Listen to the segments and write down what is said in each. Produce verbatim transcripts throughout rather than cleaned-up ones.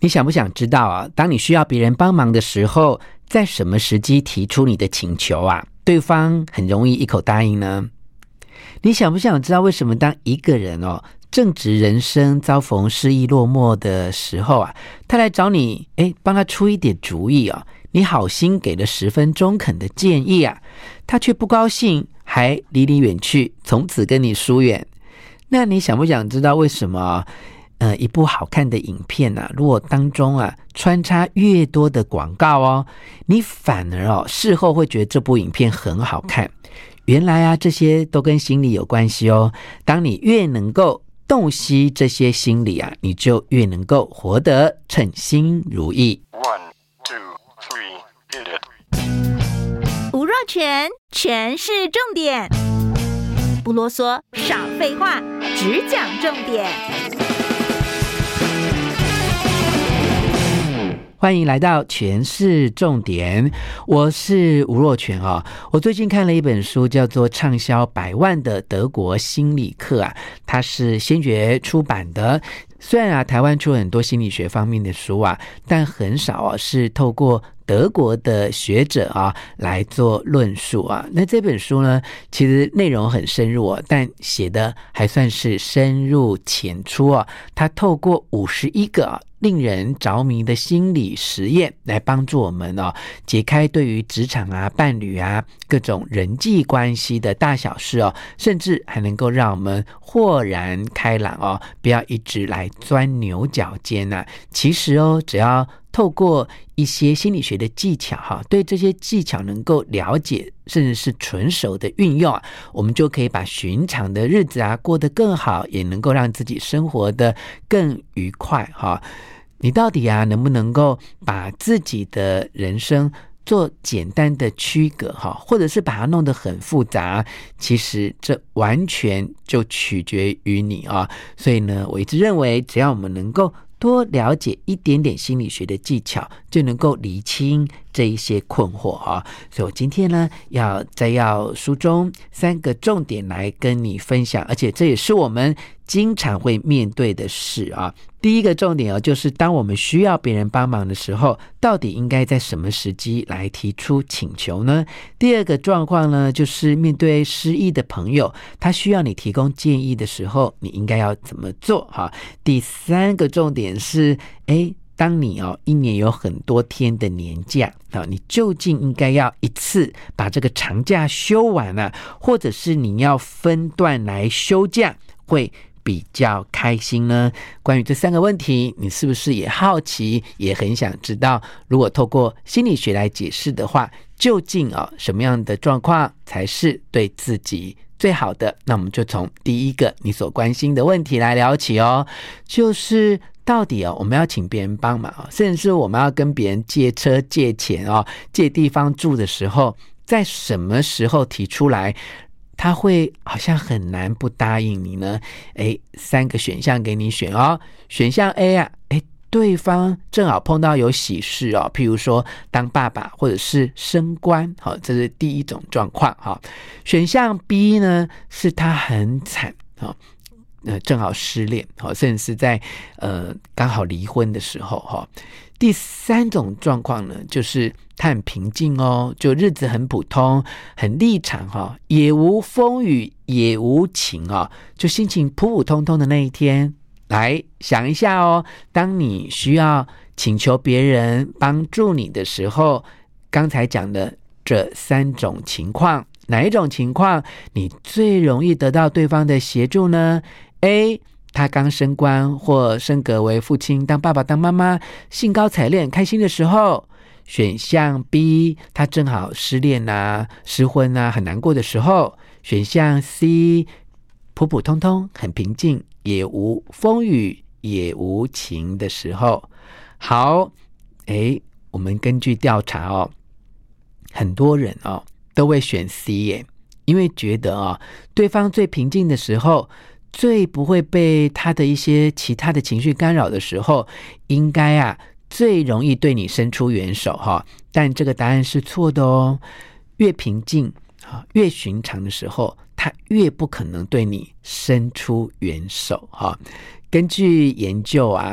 你想不想知道啊？当你需要别人帮忙的时候，在什么时机提出你的请求啊，对方很容易一口答应呢？你想不想知道为什么当一个人哦正值人生遭逢失意落寞的时候啊，他来找你，诶，帮他出一点主意哦，你好心给了十分中肯的建议啊，他却不高兴，还离你远去，从此跟你疏远。那你想不想知道为什么呃，一部好看的影片啊，如果当中啊穿插越多的广告哦，你反而哦事后会觉得这部影片很好看。原来啊，这些都跟心理有关系哦。当你越能够洞悉这些心理啊，你就越能够活得称心如意。 One, two, three, hit it. 吴若权，权式重点，不啰嗦，少废话，只讲重点。 欢迎来到权式重点，我是吴若权哦。我最近看了一本书，叫做《畅销百万的德国心理课》啊，它是先觉出版的。虽然啊，台湾出了很多心理学方面的书啊，但很少啊是透过德国的学者啊来做论述啊。那这本书呢，其实内容很深入啊，但写的还算是深入浅出啊。它透过五十一个啊令人着迷的心理实验来帮助我们哦解开对于职场啊、伴侣啊各种人际关系的大小事哦，甚至还能够让我们豁然开朗哦，不要一直来钻牛角尖啊。其实哦，只要透过一些心理学的技巧哈，对这些技巧能够了解，甚至是纯熟的运用啊，我们就可以把寻常的日子啊过得更好，也能够让自己生活得更愉快哈。你到底啊能不能够把自己的人生做简单的区隔哈，或者是把它弄得很复杂，其实这完全就取决于你啊。所以呢，我一直认为，只要我们能够多了解一点点心理学的技巧，就能够厘清这一些困惑啊。所以我今天呢，要摘要书中三个重点来跟你分享，而且这也是我们经常会面对的事啊。第一个重点哦，就是当我们需要别人帮忙的时候，到底应该在什么时机来提出请求呢？第二个状况呢，就是面对失意的朋友，他需要你提供建议的时候，你应该要怎么做哈？第三个重点是，诶当你哦一年有很多天的年假啊，你究竟应该要一次把这个长假休完啊，或者是你要分段来休假会比较开心呢？关于这三个问题，你是不是也好奇，也很想知道，如果透过心理学来解释的话，究竟哦什么样的状况才是对自己最好的？那我们就从第一个你所关心的问题来聊起哦，就是到底哦我们要请别人帮忙，甚至是我们要跟别人借车借钱哦借地方住的时候，在什么时候提出来他会好像很难不答应你呢？诶，三个选项给你选哦。选项 A 啊，诶，对方正好碰到有喜事哦，譬如说当爸爸或者是升官，好，这是第一种状况哈。选项 B 呢，是他很惨哈。呃，正好失恋，甚至是在呃刚好离婚的时候哈。第三种状况呢，就是他很平静哦，就日子很普通，很立场哈，也无风雨，也无晴哦，就心情普普通通的那一天。来想一下哦，当你需要请求别人帮助你的时候，刚才讲的这三种情况，哪一种情况你最容易得到对方的协助呢？ A 他刚升官或升格为父亲，当爸爸当妈妈，兴高采烈很开心的时候。选项 B 他正好失恋啊失婚啊很难过的时候。选项 C 普普通通很平静，也无风雨也无晴的时候。好，诶我们根据调查哦，很多人哦都会选 C 耶，因为觉得哦对方最平静的时候，最不会被他的一些其他的情绪干扰的时候，应该啊最容易对你伸出援手哈。但这个答案是错的哦，越平静越寻常的时候，他越不可能对你伸出援手哈。根据研究啊，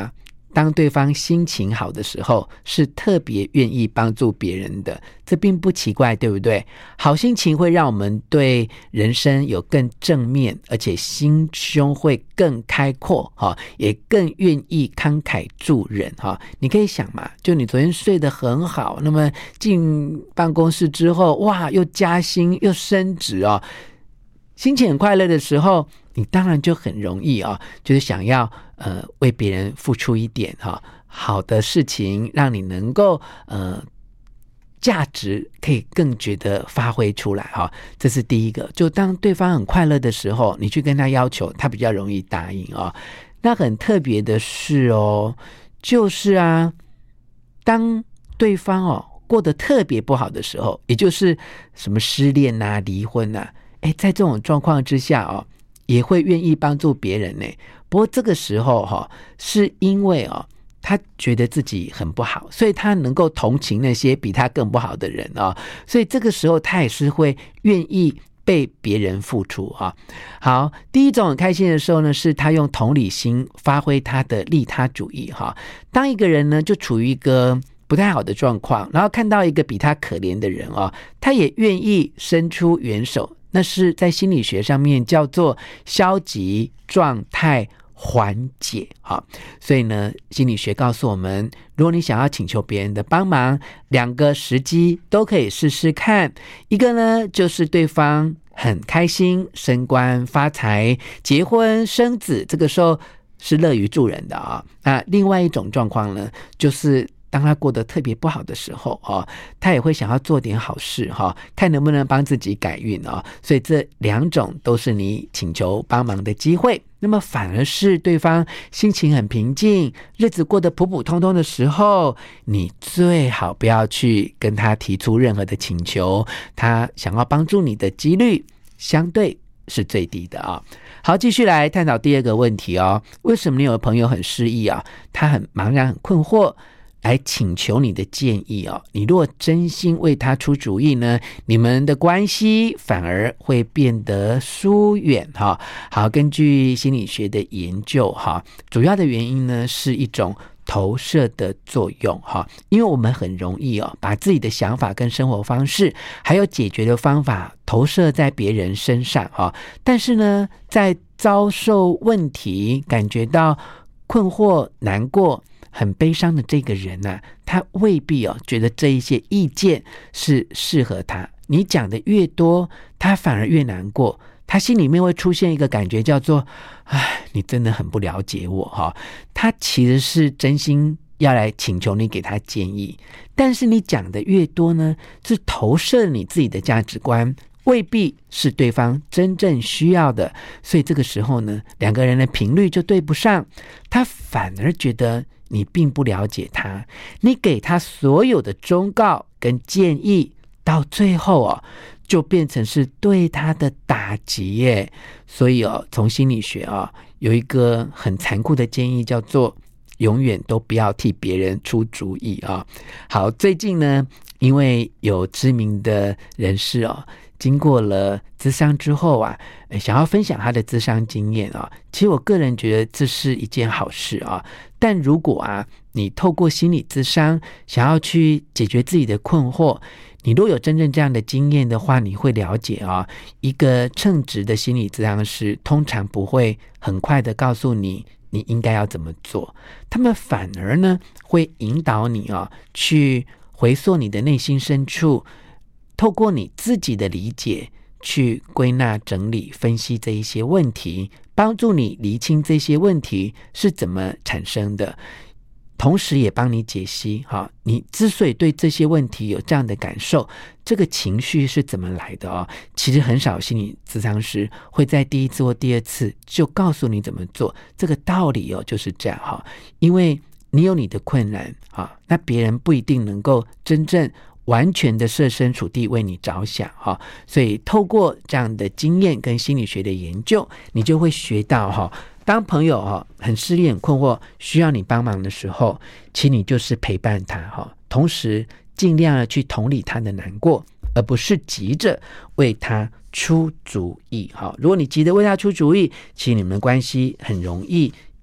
当对方心情好的时候，是特别愿意帮助别人的，这并不奇怪，对不对？好心情会让我们对人生有更正面，而且心胸会更开阔，也更愿意慷慨助人。你可以想嘛，就你昨天睡得很好，那么进办公室之后，哇，又加薪又升职哦，心情很快乐的时候，你当然就很容易啊、哦，就是想要呃为别人付出一点哈、哦，好的事情让你能够呃价值可以更觉得发挥出来哈、哦，这是第一个。就当对方很快乐的时候，你去跟他要求，他比较容易答应哦。那很特别的是哦，就是啊，当对方哦过得特别不好的时候，也就是什么失恋啊、离婚啊。哎，在这种状况之下哦，也会愿意帮助别人呢。不过这个时候哈、哦，是因为哦，他觉得自己很不好，所以他能够同情那些比他更不好的人哦，所以这个时候他也是会愿意被别人付出啊。好，第一种很开心的时候呢，是他用同理心发挥他的利他主义哈。当一个人呢，就处于一个不太好的状况，然后看到一个比他可怜的人哦，他也愿意伸出援手。那是在心理学上面叫做消极状态缓解。好，所以呢，心理学告诉我们，如果你想要请求别人的帮忙，两个时机都可以试试看。一个呢，就是对方很开心，升官发财，结婚生子，这个时候是乐于助人的啊、哦。那另外一种状况呢，就是当他过得特别不好的时候、哦、他也会想要做点好事、哦、看能不能帮自己改运、哦、所以这两种都是你请求帮忙的机会。那么反而是对方心情很平静，日子过得普普通通的时候，你最好不要去跟他提出任何的请求，他想要帮助你的几率相对是最低的啊、哦。好，继续来探讨第二个问题哦。为什么你有的朋友很失意啊？他很茫然很困惑，来请求你的建议哦。你如果真心为他出主意呢，你们的关系反而会变得疏远哈、哦。好，根据心理学的研究哈，主要的原因呢是一种投射的作用哈，因为我们很容易哦把自己的想法跟生活方式还有解决的方法投射在别人身上哈，但是呢，在遭受问题感觉到困惑、难过、很悲伤的这个人呢、啊，他未必哦觉得这一些意见是适合他。你讲的越多，他反而越难过，他心里面会出现一个感觉叫做哎，你真的很不了解我哈。他其实是真心要来请求你给他建议，但是你讲的越多呢，是投射你自己的价值观，未必是对方真正需要的，所以这个时候呢，两个人的频率就对不上，他反而觉得你并不了解他，你给他所有的忠告跟建议，到最后哦，就变成是对他的打击耶。所以哦，从心理学啊、哦，有一个很残酷的建议，叫做永远都不要替别人出主意啊、哦。好，最近呢，因为有知名的人士哦，经过了諮商之后啊，想要分享他的諮商经验啊，其实我个人觉得这是一件好事啊。但如果啊，你透过心理諮商想要去解决自己的困惑，你如果有真正这样的经验的话，你会了解啊，一个称职的心理諮商师通常不会很快的告诉你你应该要怎么做，他们反而呢会引导你啊，去回溯你的内心深处，透过你自己的理解去归纳整理分析这一些问题，帮助你厘清这些问题是怎么产生的，同时也帮你解析哈，你之所以对这些问题有这样的感受，这个情绪是怎么来的哦？其实很少心理咨商师会在第一次或第二次就告诉你怎么做，这个道理哦就是这样哈，因为你有你的困难啊，那别人不一定能够真正完全的设身处地为你着想哈，所以透过这样的经验跟心理学的研究，你就会学到哈，当朋友哈很失恋很困惑需要你帮忙的时候，其实你就是陪伴他哈，同时尽量的去同理他的难过，而不是急着为他出主意哈。如果你急着为他出主意，其实你们的关系很容易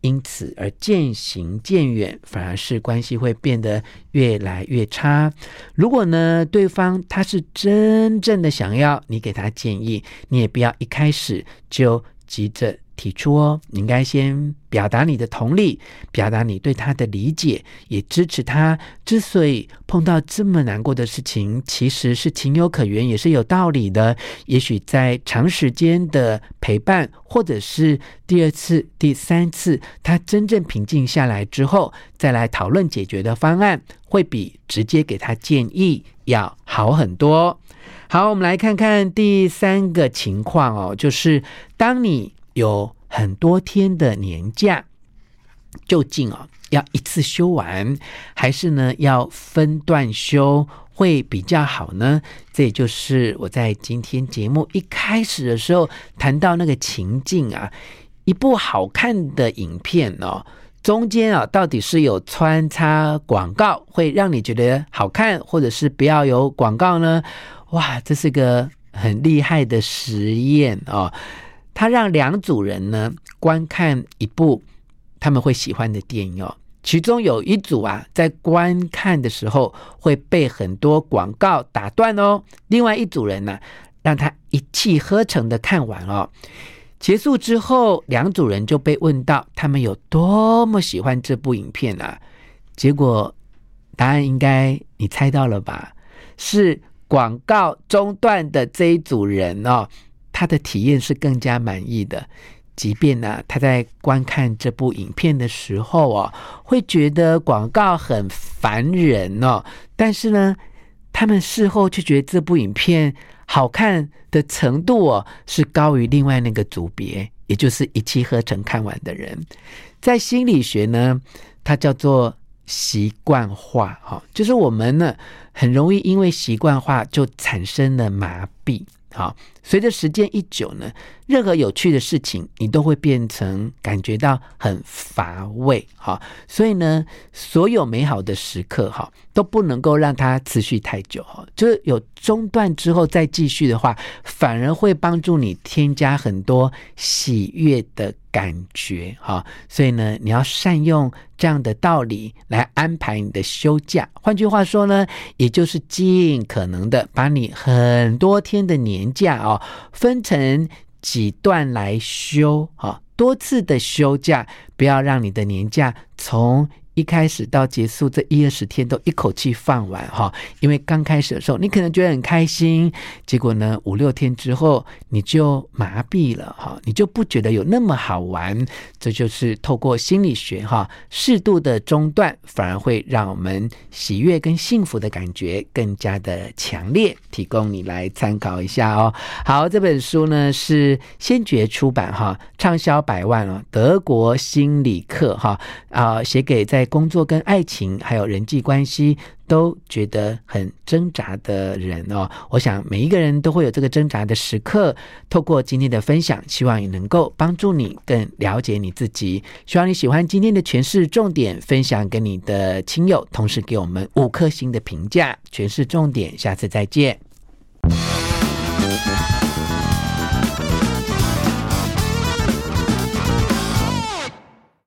因此而渐行渐远，反而是关系会变得越来越差。如果呢，对方他是真正的想要你给他建议，你也不要一开始就急着提出哦，你应该先表达你的同理，表达你对他的理解，也支持他之所以碰到这么难过的事情，其实是情有可原，也是有道理的。也许在长时间的陪伴，或者是第二次、第三次，他真正平静下来之后，再来讨论解决的方案，会比直接给他建议要好很多。好，我们来看看第三个情况哦，就是当你有很多天的年假，究竟哦要一次休完，还是呢要分段休会比较好呢？这也就是我在今天节目一开始的时候谈到那个情境啊，一部好看的影片哦，中间啊到底是有穿插广告会让你觉得好看，或者是不要有广告呢？哇，这是个很厉害的实验哦。他让两组人呢观看一部他们会喜欢的电影哦，其中有一组啊在观看的时候会被很多广告打断哦，另外一组人呢、啊、让他一气呵成的看完哦。结束之后，两组人就被问到他们有多么喜欢这部影片啊，结果答案应该你猜到了吧？是广告中断的这一组人哦，他的体验是更加满意的，即便呢、啊、他在观看这部影片的时候哦，会觉得广告很烦人哦，但是呢，他们事后却觉得这部影片好看的程度哦，是高于另外那个组别，也就是一气呵成看完的人。在心理学呢，它叫做习惯化、哦、就是我们呢很容易因为习惯化就产生了麻痹。好，随着时间一久呢，任何有趣的事情你都会变成感觉到很乏味。好，所以呢，所有美好的时刻哈都不能够让它持续太久哈，就是有中断之后再继续的话，反而会帮助你添加很多喜悦的感觉哈。所以呢，你要善用这样的道理来安排你的休假。换句话说呢，也就是尽可能的把你很多天的年假哦分成几段来休啊，多次的休假，不要让你的年假从一开始到结束这一二十天都一口气放完哈，因为刚开始的时候你可能觉得很开心，结果呢五六天之后你就麻痹了哈，你就不觉得有那么好玩。这就是透过心理学哈，适度的中断反而会让我们喜悦跟幸福的感觉更加的强烈，提供你来参考一下哦。好，这本书呢是先觉出版哈，畅销百万哦，德国心理课哈啊，写给在工作跟爱情还有人际关系都觉得很挣扎的人哦。我想每一个人都会有这个挣扎的时刻，透过今天的分享，希望也能够帮助你更了解你自己。希望你喜欢今天的诠释重点，分享给你的亲友，同时给我们五颗星的评价。诠释重点，下次再见。